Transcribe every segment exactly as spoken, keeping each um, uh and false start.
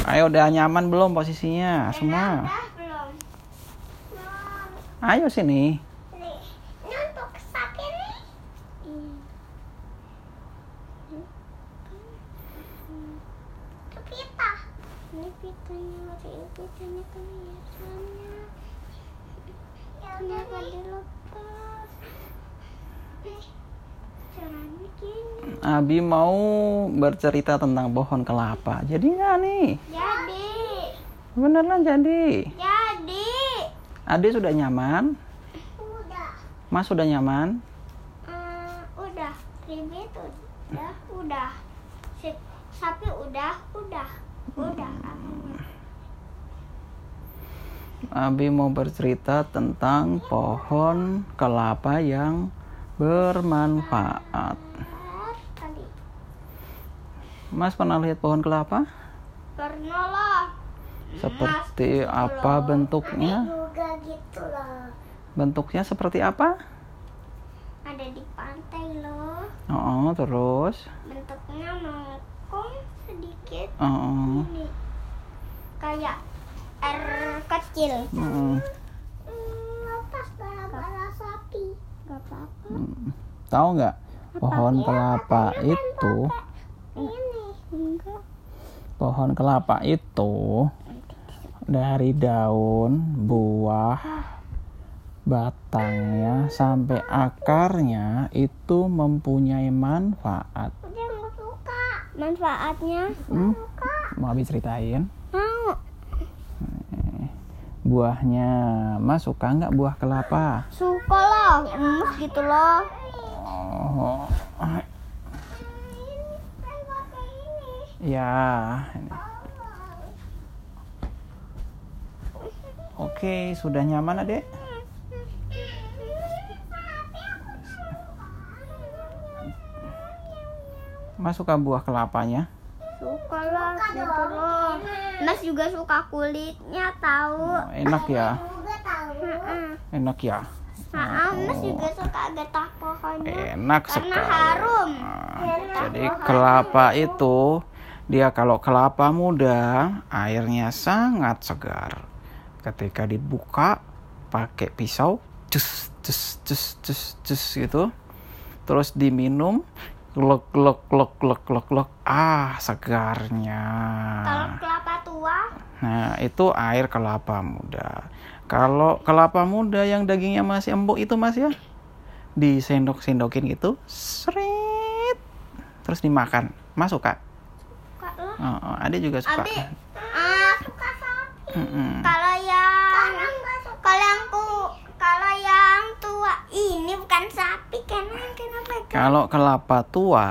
Ayo, udah nyaman belum posisinya semua? Udah belum? Ayo sini. Nih, ini untuk sapi nih. Itu pita. Ini pitanya, ini pitanya kelihatannya. Kenapa dilepas? Caranya gini. Abi mau bercerita tentang pohon kelapa. Jadi nggak nih? Jadi. Beneran jadi. Jadi. Ade sudah nyaman? Udah. Mas sudah nyaman? Hmm, udah. Ribet udah. Udah. Sip. Sapi udah. Udah. Udah. Abi mau bercerita tentang pohon kelapa yang bermanfaat. Tadi. Mas pernah lihat pohon kelapa? Pernah lah. Seperti Mas, apa loh. bentuknya? Ada juga gitu loh. Bentuknya seperti apa? Ada di pantai loh. Oh, terus? Bentuknya melengkung sedikit. Oh, Ini kayak R kecil. mm, Lepas gara-gara sapi. Gak apa-apa. mm. Tahu nggak? Pohon kelapa itu, Ini enggak. pohon kelapa itu dari daun, buah, batangnya sampai akarnya itu mempunyai manfaat. Dia nggak suka. Manfaatnya? Hmm? Mau Abi ceritain? Mau. Buahnya, Mas suka nggak buah kelapa? Suka lah. Emas gitu loh. Oh, ya. Oke, sudah nyaman adek? Mas suka buah kelapanya? Suka lah. Gitu loh. Mas juga suka kulitnya tahu. Oh, enak ya? Heeh. Enak ya? Nah, Mas juga suka getah pohonnya. Enak Karena sekali. harum. Nah, jadi kelapa itu, dia kalau kelapa muda, airnya sangat segar. Ketika dibuka pakai pisau, cus cus cus cus cus gitu, terus diminum, glok glok glok glok glok glok, ah segarnya. Kalau kelapa tua, Nah, itu air kelapa muda. Kalau kelapa muda yang dagingnya masih empuk itu Mas ya, disendok-sendokin gitu, seret, terus dimakan. Mas suka? suka lah. Oh, Ade juga suka. Abi, ah, suka sapi. Mm-mm. Kalau yang kalau yang ku kalau yang tua ini bukan sapi, kenapa kenapa? Kalau kelapa tua,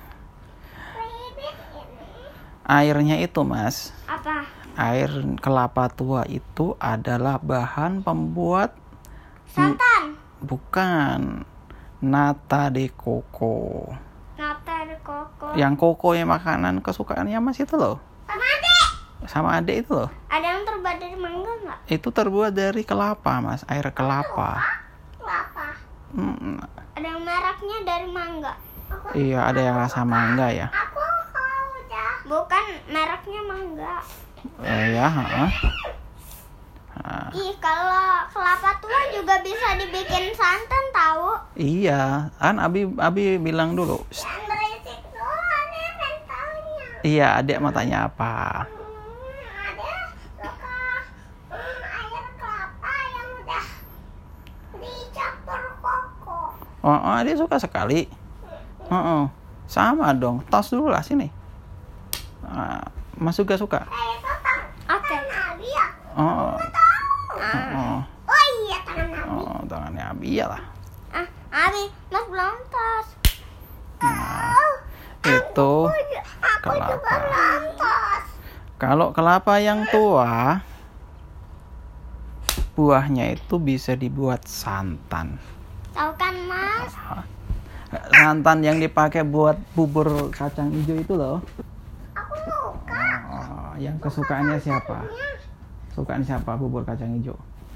airnya itu Mas, Apa? air kelapa tua itu adalah bahan pembuat Santan. bukan nata de coco. Nata de coco. Yang koko yang makanan kesukaannya Mas itu loh. Sama adik. Sama adek itu loh. Ada yang terbuat dari mangga nggak? Itu terbuat dari kelapa Mas, air kelapa. Kelapa. Mm, Ada yang mereknya dari mangga. iya, ada yang rasa mangga ya. Aku tahu dah. Bukan mereknya mangga. Eh, ya, heeh. Nah, Ih, kalau kelapa tua juga bisa dibikin santan tahu. iya, kan Abi Abi bilang dulu. "Shh." Yang berisik doang ya mentalnya. Iya, adek mau tanya apa? Hmm, ada suka hmm, air kelapa yang udah dicampur koko. Oh, oh adek suka sekali. Oh, oh. Sama dong. Tos dulu lah sini. Nah, Mas juga suka. Eh, itu tang Oke. Oh, Nabi ya? oh, Ah. oh, Oh iya, tangan Nabi. oh, tangannya Abi ya lah. Ah, Abi, Mas belum tos. Nah, Oh, itu aku juga kelapa. belum tos. Kalau kelapa yang tua, buahnya itu bisa dibuat santan. Tahu kan, Mas? Santan yang dipakai buat bubur kacang hijau itu loh. Aku suka. Oh, yang kesukaannya siapa? Sukaan siapa bubur kacang hijau?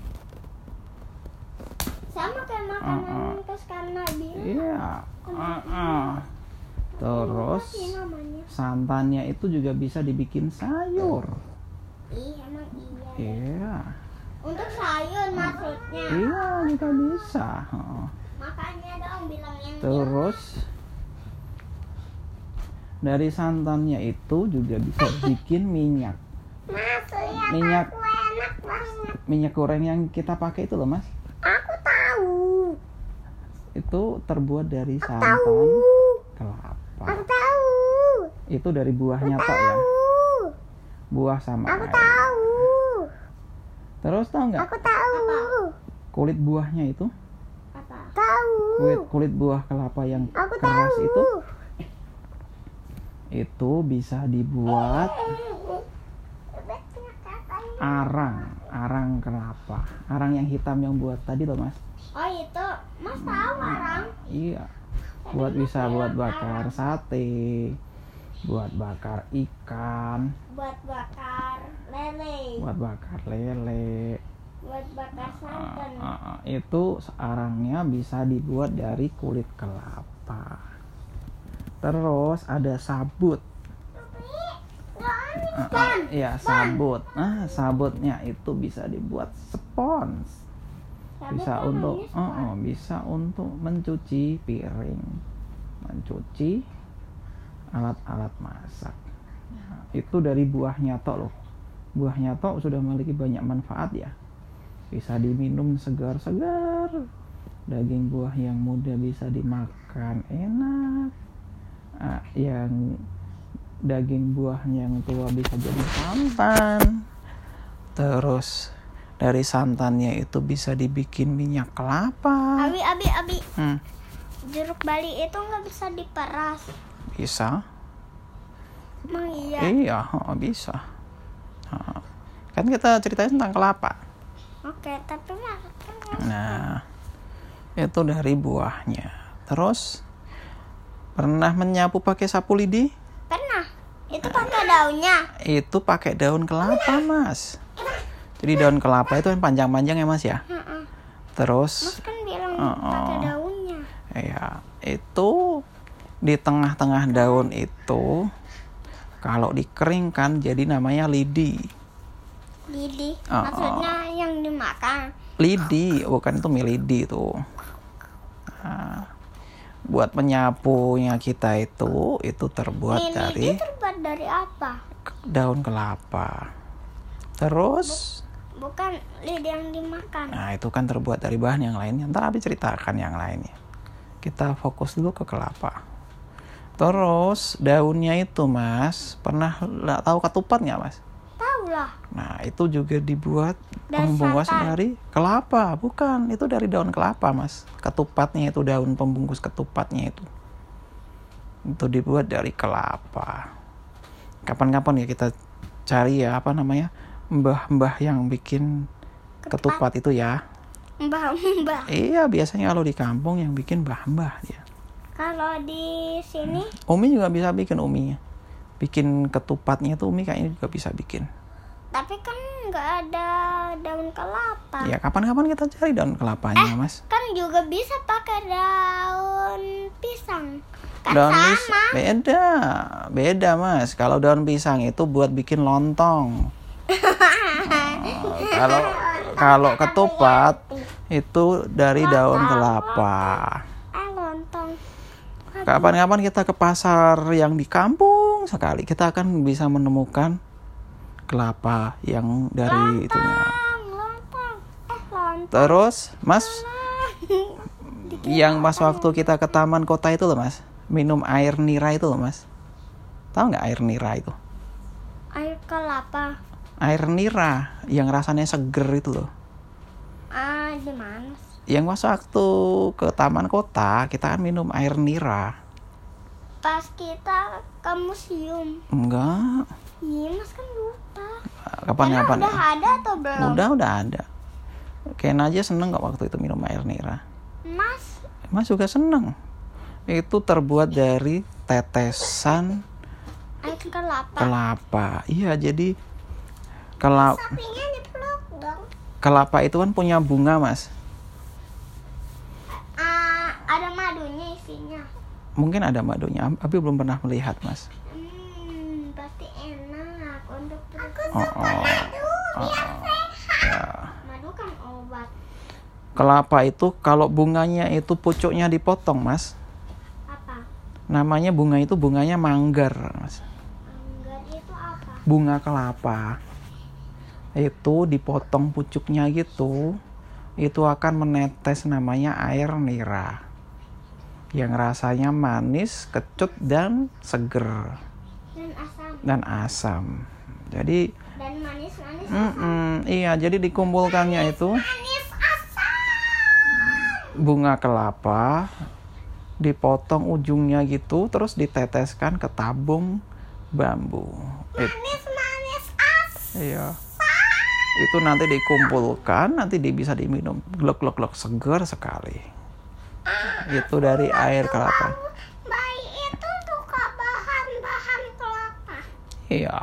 Sama kayak makanan Uh-uh. kesukaan Nabi. Iya. Uh-uh. Terus Apa sih namanya? santannya itu juga bisa dibikin sayur. Iya, emang iya. Iya. Untuk sayur maksudnya. Iya, juga bisa. Heeh. Makanya dong bilang yang Terus dari santannya itu juga bisa bikin minyak. Mas, lihat Minyak. aku enak banget. Minyak goreng yang kita pakai itu loh, Mas. Aku tahu. Itu terbuat dari Aku santan tahu. kelapa. Aku tahu. Itu dari buahnya tok ya. Tahu. Buah sama Aku air. tahu. Terus tahu nggak Aku tahu. kulit buahnya itu? Apa? Tahu. Kulit kulit buah kelapa yang Aku keras tahu. itu itu bisa dibuat arang, arang kelapa. Arang yang hitam yang buat tadi loh, Mas. Oh itu, Mas tahu arang? Iya. Buat bisa buat bakar sate, buat bakar ikan, Buat bakar lele, buat bakar lele. buat bakar santan. Ah, ah, itu arangnya bisa dibuat dari kulit kelapa. Terus ada sabut. Ah, ah, iya, sabut. Nah, sabutnya itu bisa dibuat spons. Bisa untuk uh, uh, bisa untuk mencuci piring, mencuci alat-alat masak. Nah, itu dari buahnya tok loh. Buahnya tok sudah memiliki banyak manfaat ya. Bisa diminum segar-segar. Daging buah yang muda bisa dimakan enak. Ah, yang daging buah yang tua bisa jadi santan. Terus dari santannya itu bisa dibikin minyak kelapa. Abi, abi, abi. Hmm, Jeruk Bali itu nggak bisa diperas. bisa. Emang iya. Iya, oh, bisa. Nah, kan kita ceritain tentang kelapa. Oke, tapi mah kan Nah, itu dari buahnya. Terus pernah menyapu pakai sapu lidi? pernah. Itu pakai daunnya. Itu pakai daun kelapa, Mas. Jadi daun kelapa itu yang panjang-panjang ya, Mas ya. Heeh. Terus Mas kan bilang Oh, pakai oh. daunnya. ya, itu di tengah-tengah daun itu kalau dikeringkan jadi namanya lidi. Lidi. Oh, Maksudnya yang dimakan. Lidi, bukan itu milidi itu. Nah, buat menyapunya kita itu itu terbuat Nih, dari lidi terbuat dari apa? daun kelapa. Terus Bukan lidi yang dimakan. nah itu kan terbuat dari bahan yang lainnya. Ntar Abi ceritakan yang lainnya. Kita fokus dulu ke kelapa. Terus daunnya itu, Mas, pernah lah tahu ketupat nggak, Mas? Tahu lah. Nah itu juga dibuat Dari pembungkus santan. dari kelapa. Bukan, itu dari daun kelapa, Mas. Ketupatnya itu daun pembungkus ketupatnya itu. Itu dibuat dari kelapa. Kapan-kapan ya kita cari ya apa namanya mbah-mbah yang bikin ketupat itu ya. Mbah-mbah. Iya, biasanya kalau di kampung yang bikin mbah-mbah dia. Kalau di sini Umi juga bisa bikin uminya. Bikin ketupatnya itu Umi kayaknya juga bisa bikin. tapi kan nggak ada daun kelapa. Ya kapan-kapan kita cari daun kelapanya, Eh, Mas. kan juga bisa pakai daun pisang. Kan Daun sama. pisang beda, beda, Mas. Kalau daun pisang itu buat bikin lontong. Oh, kalau kalau ketupat itu dari daun kelapa. Eh, lontong. Kapan-kapan kita ke pasar yang di kampung sekali, kita akan bisa menemukan kelapa yang dari itunya. Lontong, lontong. Eh, lontong. Terus, Mas, yang pas waktu kita ke taman kota itu loh, Mas, minum air nira itu loh, Mas. Tahu nggak air nira itu? Air kelapa. Air nira yang rasanya seger itu loh. Ah, di mana? Yang pas waktu ke taman kota, kita kan minum air nira. Pas kita ke museum. Enggak. Iya, Mas kan lupa. Kapan-kapan Emang udah ya? ada atau belum? Udah, udah ada. Ken aja seneng nggak waktu itu minum air nira? Mas, Mas juga seneng. Itu terbuat dari tetesan air kelapa. kelapa. Iya, jadi kelapa, Sapinya dipeluk dong. kelapa itu kan punya bunga, Mas. Ah, ada madunya isinya. Mungkin ada madunya. Abi belum pernah melihat, Mas. Hmm, perut. Oh, oh, oh, ya. Madu kan obat. Kelapa itu kalau bunganya itu pucuknya dipotong, Mas. Apa? Namanya bunga itu bunganya manggar, Mas. Anggar itu apa? Bunga kelapa. Itu dipotong pucuknya gitu. Itu akan menetes namanya air nira. Yang rasanya manis, kecut dan seger. Dan asam. Dan asam. Jadi Dan manis-manis. mm-mm, iya, jadi dikumpulkannya itu Manis asam. bunga kelapa dipotong ujungnya gitu terus diteteskan ke tabung bambu. It, Manis-manis asam. iya. Itu nanti dikumpulkan, nanti di, bisa diminum. Glok-glok-glok, segar sekali. Itu dari air kelapa. Bayi itu suka bahan-bahan kelapa. Iya.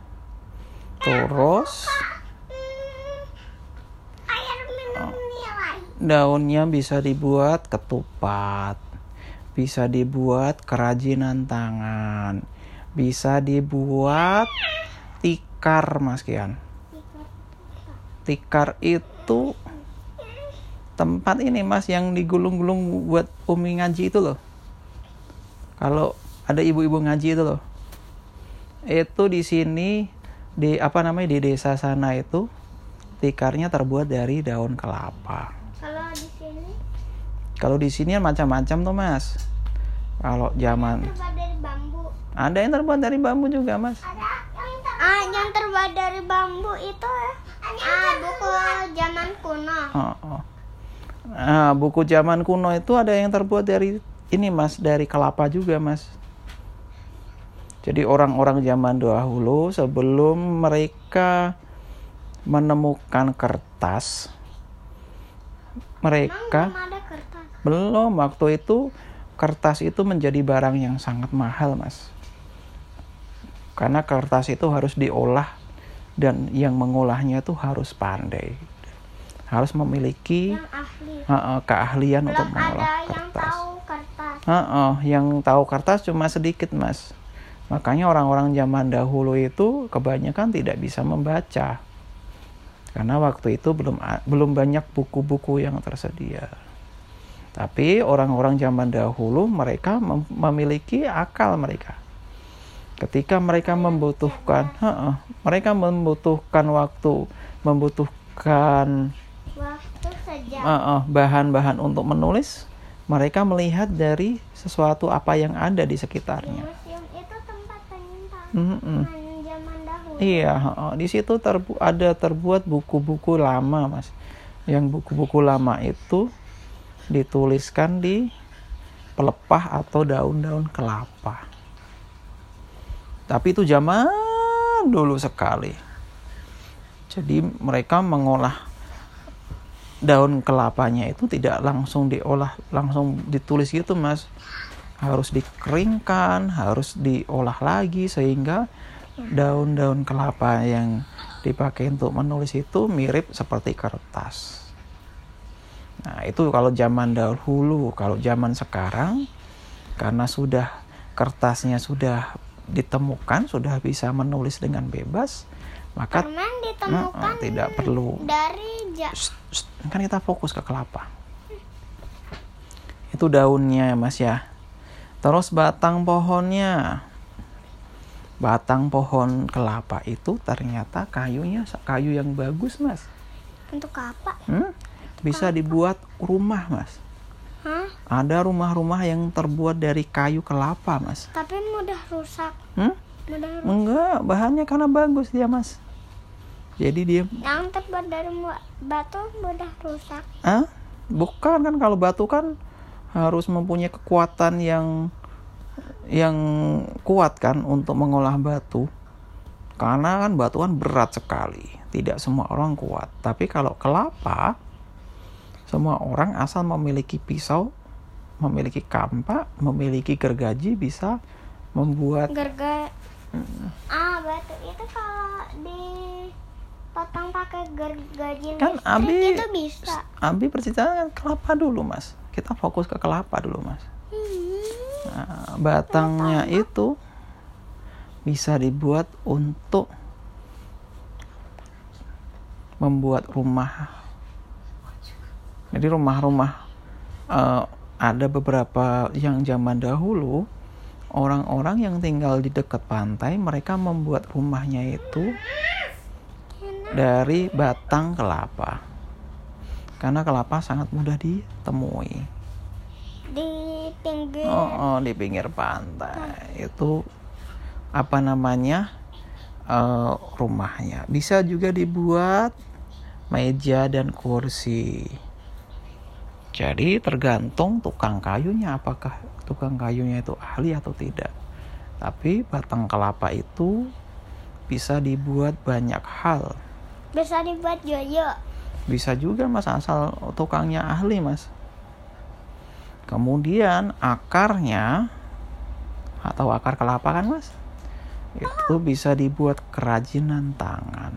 Terus Hmm, air minum nilai. daunnya bisa dibuat ketupat, bisa dibuat kerajinan tangan, bisa dibuat tikar, Mas Kian. Tikar itu tempat ini, Mas, yang digulung-gulung buat umi ngaji itu loh. Kalau ada ibu-ibu ngaji itu loh. Itu di sini di apa namanya di desa sana itu tikarnya terbuat dari daun kelapa. Kalau di sini Kalau di sini macam-macam tuh, Mas. Kalau zaman terbuat dari bambu. ada yang terbuat dari bambu juga, Mas. Ada yang terbuat. Ah, yang terbuat dari bambu itu ah buku zaman kuno. Oh, oh. Nah, buku zaman kuno itu ada yang terbuat dari ini, Mas, dari kelapa juga, Mas. Jadi orang-orang zaman dahulu sebelum mereka menemukan kertas, mereka Emang belum ada kertas. belum waktu itu kertas itu menjadi barang yang sangat mahal, Mas. Karena kertas itu harus diolah dan yang mengolahnya itu harus pandai. Harus memiliki Yang ahli. uh, uh, keahlian Belum untuk ada mengolah yang kertas. tahu kertas. Uh, uh, yang tahu kertas cuma sedikit, Mas. Makanya orang-orang zaman dahulu itu kebanyakan tidak bisa membaca. Karena waktu itu belum belum banyak buku-buku yang tersedia. Tapi orang-orang zaman dahulu mereka mem- memiliki akal mereka. Ketika mereka membutuhkan, uh, uh, mereka membutuhkan waktu, membutuhkan Waktu sejam. uh, uh, bahan-bahan untuk menulis, mereka melihat dari sesuatu apa yang ada di Di sekitarnya. museum itu tempat penyimpan Mm-mm. zaman dahulu. Iya, uh, di situ terbu- ada terbuat buku-buku lama, Mas. Yang buku-buku lama itu dituliskan di pelepah atau daun-daun kelapa. Tapi itu zaman dulu sekali. Jadi mereka mengolah daun kelapanya itu tidak langsung diolah, langsung ditulis gitu, Mas. Harus dikeringkan, harus diolah lagi sehingga daun-daun kelapa yang dipakai untuk menulis itu mirip seperti kertas. Nah, itu kalau zaman dahulu. Kalau zaman sekarang, karena sudah kertasnya sudah ditemukan, sudah bisa menulis dengan bebas, maka Permen ditemukan uh, tidak perlu. dari ja- Shh, shh, kan kita fokus ke kelapa. Itu daunnya, Mas, ya. Terus batang pohonnya. Batang pohon kelapa itu ternyata kayunya kayu yang bagus, Mas. untuk apa? Hmm? Bisa dibuat rumah, Mas. Hah? Ada rumah-rumah yang terbuat dari kayu kelapa, Mas. Tapi mudah rusak. Hmm? Mudah rusak. Enggak, bahannya karena bagus dia, Mas. Jadi dia, Yang terbuat dari mu- batu mudah rusak. ah, bukan kan, kalau batu kan harus mempunyai kekuatan yang yang kuat kan untuk mengolah batu. Karena kan batu kan berat sekali. Tidak semua orang kuat. Tapi kalau kelapa, semua orang asal memiliki pisau, memiliki kampak, memiliki gergaji bisa membuat. Gerga ah batu itu kalau dipotong pakai gergaji Kan listrik Abi, itu bisa. Abi bercerita kan kelapa dulu, Mas. Kita fokus ke kelapa dulu, Mas. Hmm. Nah, batangnya itu bisa dibuat untuk membuat rumah. Jadi rumah-rumah uh, ada beberapa yang zaman dahulu orang-orang yang tinggal di dekat pantai, mereka membuat rumahnya itu dari batang kelapa. Karena kelapa sangat mudah ditemui. Di pinggir. Oh, oh di pinggir pantai. Itu apa namanya? Uh, rumahnya. Bisa juga dibuat meja dan kursi. Jadi tergantung tukang kayunya, apakah tukang kayunya itu ahli atau tidak. Tapi batang kelapa itu bisa dibuat banyak hal. Bisa dibuat yoyo. Bisa juga mas, asal tukangnya ahli mas. Kemudian akarnya, atau akar kelapa kan mas, itu bisa dibuat kerajinan tangan.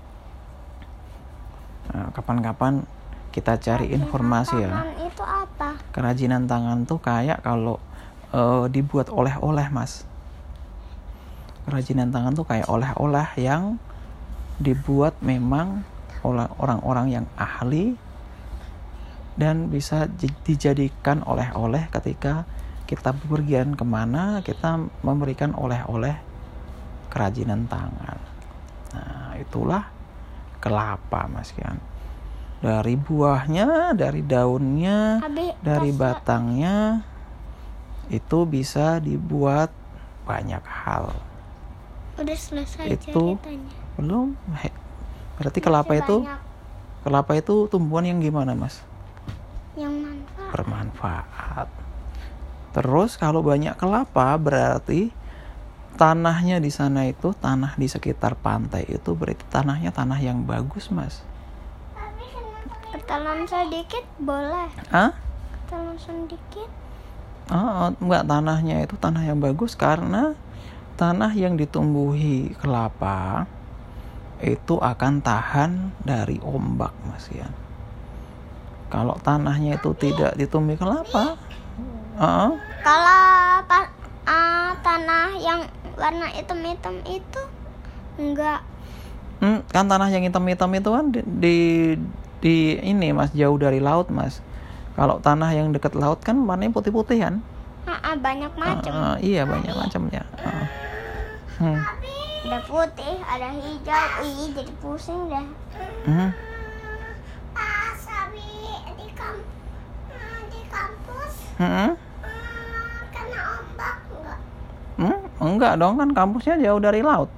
Nah, kapan-kapan kita cari informasi ya. Kerajinan itu apa? Kerajinan tangan tuh kayak kalau uh, dibuat oleh-oleh mas. Kerajinan tangan tuh kayak oleh-oleh yang dibuat memang oleh orang-orang yang ahli dan bisa dijadikan oleh-oleh ketika kita bepergian kemana, kita memberikan oleh-oleh kerajinan tangan. Nah, itulah kelapa mas kan. Dari buahnya, dari daunnya, Habis, dari pas, batangnya itu bisa dibuat banyak hal. Udah selesai Itu ceritanya. belum. Berarti kelapa Masih itu banyak kelapa itu tumbuhan yang gimana mas? yang manfaat. Bermanfaat. Terus kalau banyak kelapa berarti tanahnya di sana itu, tanah di sekitar pantai itu berarti tanahnya tanah yang bagus mas. Ketelan sedikit boleh. Hah? Ketelan sedikit. Oh, enggak, tanahnya itu tanah yang bagus karena tanah yang ditumbuhi kelapa itu akan tahan dari ombak mas ya. Kalau tanahnya itu tidak ditumbuhi kelapa, uh, Kalau pa- uh, tanah yang warna hitam-hitam itu enggak. hmm, kan tanah yang hitam-hitam itu kan di, di di ini mas, jauh dari laut mas. Kalau tanah yang dekat laut kan warnanya putih-putih kan? Ha-ha, banyak macam. Uh, uh, iya banyak macamnya. Uh. Hmm. Ada putih, ada hijau. Ih, jadi pusing dah. Hmm. Pas Abi di kam di kampus Hmm. kena ombak enggak? Hmm? Enggak dong, kan kampusnya jauh dari laut.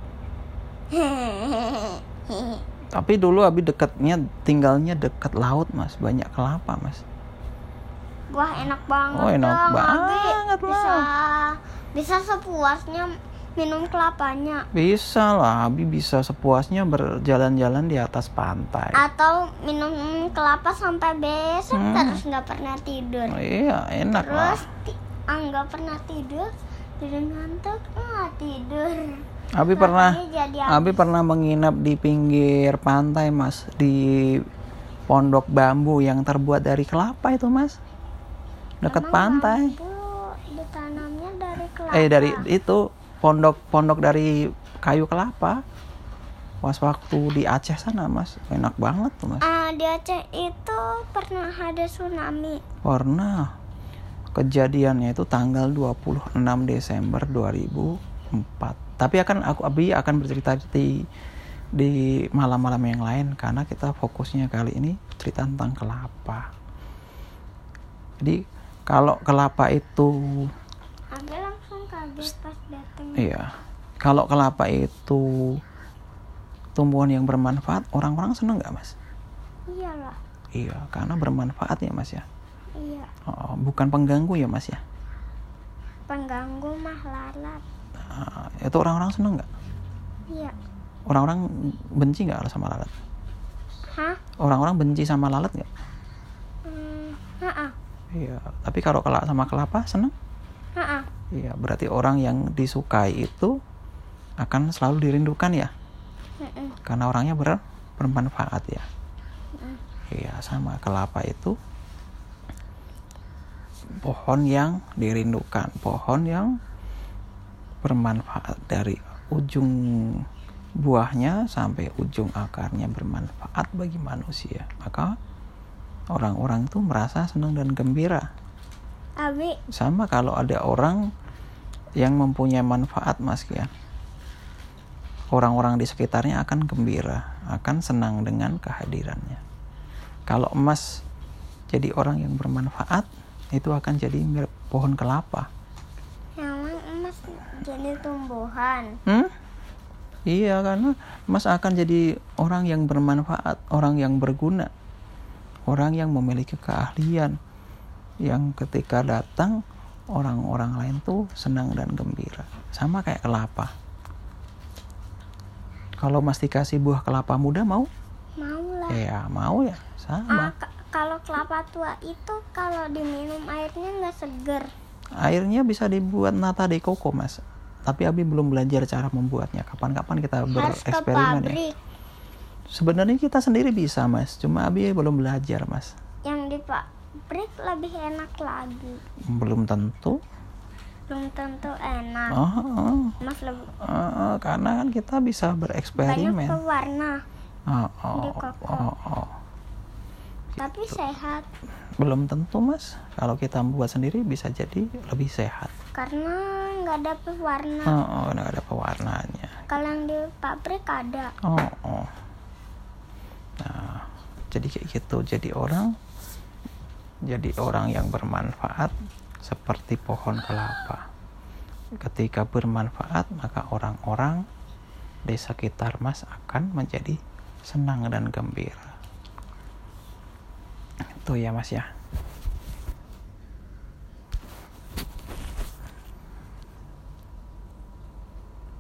Tapi dulu Abi dekatnya, tinggalnya dekat laut mas, banyak kelapa mas. Wah, enak banget. Oh, enak dong, banget Abi. lah. Bisa bisa sepuasnya minum kelapanya. Bisa lah, Abi bisa sepuasnya berjalan-jalan di atas pantai. Atau minum kelapa sampai besok Hmm. terus nggak pernah tidur. Oh, iya, enak lah. Terus ti- ah, nggak pernah tidur, tidur ngantuk, ah tidur. Abi pernah, Jadi Abi pernah menginap di pinggir pantai mas, di pondok bambu yang terbuat dari kelapa itu mas, dekat Emang pantai. bambu ditanamnya dari kelapa. Eh dari itu pondok-pondok dari kayu kelapa. Pas waktu di Aceh sana mas, enak banget tuh mas. Ah, di Aceh itu pernah ada tsunami. Pernah. Kejadiannya itu tanggal dua puluh enam Desember dua ribu empat. Tapi akan aku Abi akan bercerita di di malam-malam yang lain karena kita fokusnya kali ini cerita tentang kelapa. Jadi kalau kelapa itu, Abi langsung kaget pas datang. iya, kalau kelapa itu tumbuhan yang bermanfaat, orang-orang seneng nggak mas? Iyalah. Iya, karena bermanfaat ya mas ya. Iya. Oh, bukan pengganggu ya mas ya. Pengganggu mah lalat. Nah, itu orang-orang seneng nggak? Iya. Orang-orang benci nggak sama lalat? Hah? Orang-orang benci sama lalat nggak? Hmm, ha-ah. Iya, tapi kalau kelapa sama kelapa seneng? Ha-ah. Iya, berarti orang yang disukai itu akan selalu dirindukan ya, Mm-mm. karena orangnya ber, bermanfaat ya. Mm-mm. Iya, sama kelapa itu pohon yang dirindukan, pohon yang bermanfaat dari ujung buahnya sampai ujung akarnya bermanfaat bagi manusia, maka orang-orang itu merasa senang dan gembira. Abi, Sama kalau ada orang yang mempunyai manfaat, Mas ya, orang-orang di sekitarnya akan gembira, akan senang dengan kehadirannya. Kalau Mas jadi orang yang bermanfaat, itu akan jadi mirip pohon kelapa. emang emas jadi tumbuhan. Hmm? Iya, karena Mas akan jadi orang yang bermanfaat, orang yang berguna, orang yang memiliki keahlian, yang ketika datang orang-orang lain tuh senang dan gembira. Sama kayak kelapa. Kalau Mas dikasih buah kelapa muda, mau? Mau lah. Ya mau ya, Ah, sama. ka- kalau kelapa tua itu kalau diminum airnya nggak seger. Airnya bisa dibuat nata de coco, Mas. Tapi Abi belum belajar cara membuatnya. Kapan-kapan kita Harus ke bereksperimen ya. pabrik. Sebenarnya kita sendiri bisa, Mas. Cuma Abi belum belajar, Mas. Yang di pabrik lebih enak lagi. Belum tentu. Belum tentu enak. Oh, oh, Mas lebih oh, oh, karena kan kita bisa banyak bereksperimen. pewarna, Oh, oh, di koko. oh, oh. tapi sehat Belum tentu, Mas. Kalau kita membuat sendiri bisa jadi lebih sehat. karena nggak ada pewarna. Oh, oh, nggak ada pewarnanya. Kalau yang di pabrik ada. Oh, oh. Nah, jadi kayak gitu. Jadi orang, jadi orang yang bermanfaat seperti pohon kelapa. Ketika bermanfaat, maka orang-orang di sekitar Mas akan menjadi senang dan gembira. Itu ya, Mas ya.